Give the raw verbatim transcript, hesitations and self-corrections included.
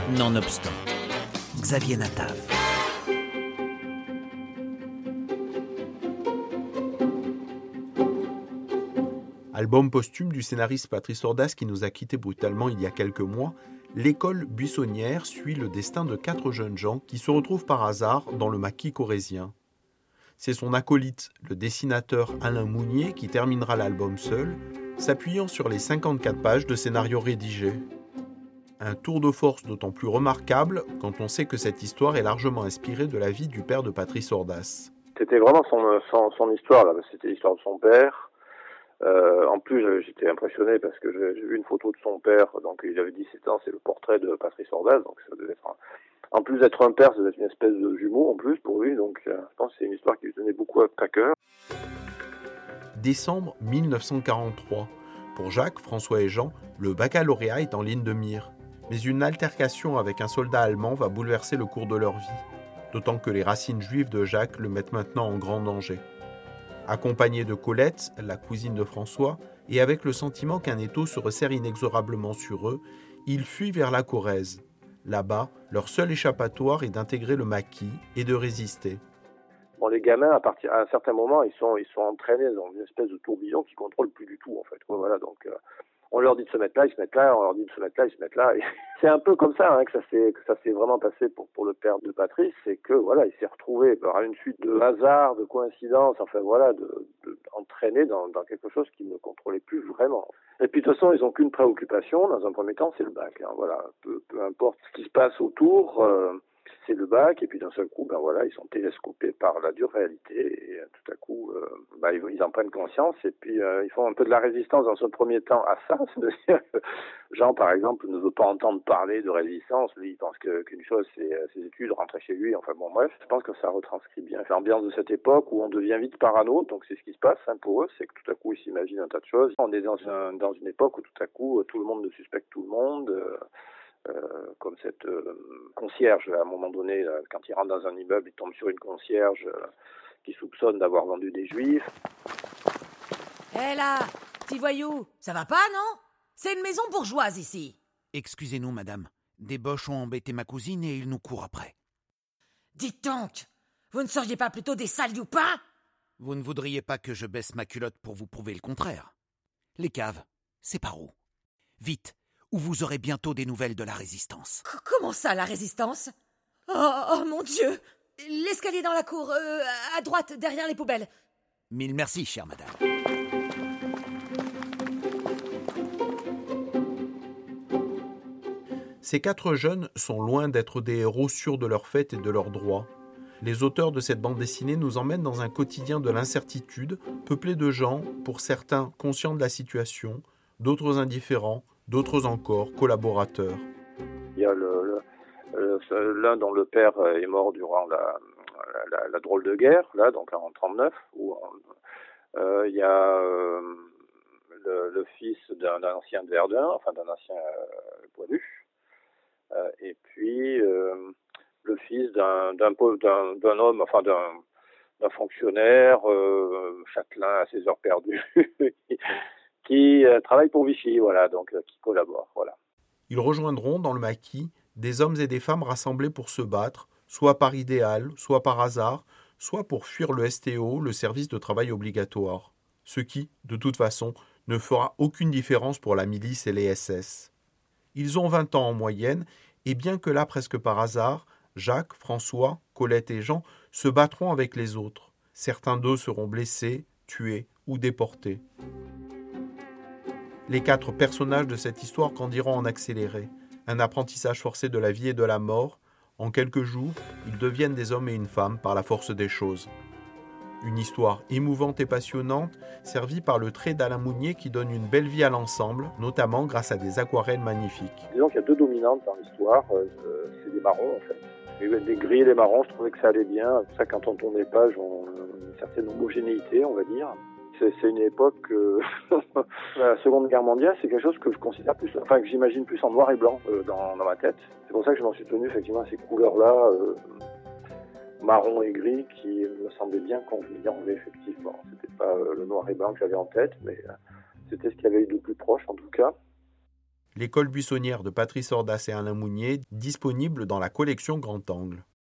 Nonobstant, Xavier Natav. Album posthume du scénariste Patrice Ordas qui nous a quittés brutalement il y a quelques mois, l'école buissonnière suit le destin de quatre jeunes gens qui se retrouvent par hasard dans le maquis corrézien. C'est son acolyte, le dessinateur Alain Mounier, qui terminera l'album seul, s'appuyant sur les cinquante-quatre pages de scénario rédigé. Un tour de force d'autant plus remarquable quand on sait que cette histoire est largement inspirée de la vie du père de Patrice Ordas. C'était vraiment son, son, son histoire, là. C'était l'histoire de son père. Euh, en plus, j'étais impressionné parce que j'ai, j'ai vu une photo de son père, donc il avait dix-sept ans, c'est le portrait de Patrice Ordas, donc ça devait être un, en plus d'être un père, ça devait être une espèce de jumeau en plus pour lui, donc euh, je pense que c'est une histoire qui lui tenait beaucoup à cœur. Décembre dix-neuf cent quarante-trois. Pour Jacques, François et Jean, le baccalauréat est en ligne de mire. Mais une altercation avec un soldat allemand va bouleverser le cours de leur vie, d'autant que les racines juives de Jacques le mettent maintenant en grand danger. Accompagné de Colette, la cousine de François, et avec le sentiment qu'un étau se resserre inexorablement sur eux, ils fuient vers la Corrèze. Là-bas, leur seul échappatoire est d'intégrer le maquis et de résister. Bon, les gamins, à partir à un certain moment, ils sont ils sont entraînés dans une espèce de tourbillon qui contrôle plus du tout en fait. Voilà, donc euh, on leur dit de se mettre là, ils se mettent là, on leur dit de se mettre là, ils se mettent là. Et c'est un peu comme ça hein, que ça s'est que ça s'est vraiment passé pour pour le père de Patrice, c'est que voilà, il s'est retrouvé par une suite de hasards, de coïncidences, enfin voilà, de, de entraîné dans dans quelque chose qu'il ne contrôlait plus vraiment. Et puis de toute façon, ils ont qu'une préoccupation dans un premier temps, c'est le bac. Hein, voilà, peu peu importe ce qui se passe autour. Euh, c'est le bac, et puis d'un seul coup, ben voilà, ils sont télescopés par la dure réalité, et tout à coup, euh, ben, ils, ils en prennent conscience, et puis euh, ils font un peu de la résistance dans un premier temps à ça, c'est-à-dire que Jean, par exemple, ne veut pas entendre parler de résistance, lui, il pense que, qu'une chose, c'est euh, ses études, rentrer chez lui, enfin bon, bref, je pense que ça retranscrit bien l'ambiance de cette époque où on devient vite parano, donc c'est ce qui se passe hein, pour eux, c'est que tout à coup, ils s'imaginent un tas de choses. On est dans, un, dans une époque où tout à coup, tout le monde ne suspecte tout le monde, euh, Euh, comme cette euh, concierge, à un moment donné, là, quand il rentre dans un immeuble, il tombe sur une concierge euh, qui soupçonne d'avoir vendu des juifs. Hé hey là, petit voyou, ça va pas, non? C'est une maison bourgeoise ici. Excusez-nous, madame. Des boches ont embêté ma cousine et ils nous courent après. Dites donc, vous ne seriez pas plutôt des sales youpins? Vous ne voudriez pas que je baisse ma culotte pour vous prouver le contraire? Les caves, c'est par où? Vite, ou vous aurez bientôt des nouvelles de la résistance. C- comment ça, la résistance? Oh, oh mon Dieu! L'escalier dans la cour, euh, à droite, derrière les poubelles. Mille merci, chère madame. Ces quatre jeunes sont loin d'être des héros sûrs de leur fait et de leurs droits. Les auteurs de cette bande dessinée nous emmènent dans un quotidien de l'incertitude, peuplé de gens, pour certains conscients de la situation, d'autres indifférents, d'autres encore collaborateurs. Il y a le, le, le, l'un dont le père est mort durant la, la, la, la drôle de guerre, là, donc en trente-neuf, où euh, il y a euh, le, le fils d'un, d'un ancien de Verdun, enfin d'un ancien euh, poilu, euh, et puis euh, le fils d'un, d'un, d'un, d'un homme, enfin d'un, d'un fonctionnaire, euh, châtelain à ses heures perdues, qui euh, travaille pour Vichy, voilà, donc euh, qui collabore, voilà. Ils rejoindront dans le maquis des hommes et des femmes rassemblés pour se battre, soit par idéal, soit par hasard, soit pour fuir le S T O, le service de travail obligatoire. Ce qui, de toute façon, ne fera aucune différence pour la milice et les S S. Ils ont vingt ans en moyenne, et bien que là, presque par hasard, Jacques, François, Colette et Jean se battront avec les autres. Certains d'eux seront blessés, tués ou déportés. Les quatre personnages de cette histoire grandiront en accéléré. Un apprentissage forcé de la vie et de la mort. En quelques jours, ils deviennent des hommes et une femme par la force des choses. Une histoire émouvante et passionnante, servie par le trait d'Alain Mounier qui donne une belle vie à l'ensemble, notamment grâce à des aquarelles magnifiques. Disons qu'il y a deux dominantes dans l'histoire, euh, c'est des marrons en fait. Les gris et les marrons, je trouvais que ça allait bien. Ça, quand on tourne les pages, on a une certaine homogénéité, on va dire. C'est, c'est une époque, euh, la Seconde Guerre mondiale, c'est quelque chose que je considère plus, enfin que j'imagine plus en noir et blanc euh, dans, dans ma tête. C'est pour ça que je m'en suis tenu effectivement à ces couleurs-là, euh, marron et gris, qui me semblaient bien convenir, mais effectivement, c'était pas euh, le noir et blanc que j'avais en tête, mais euh, c'était ce qu'il y avait eu de plus proche en tout cas. L'école buissonnière de Patrice Ordas et Alain Mounier, disponible dans la collection Grand Angle.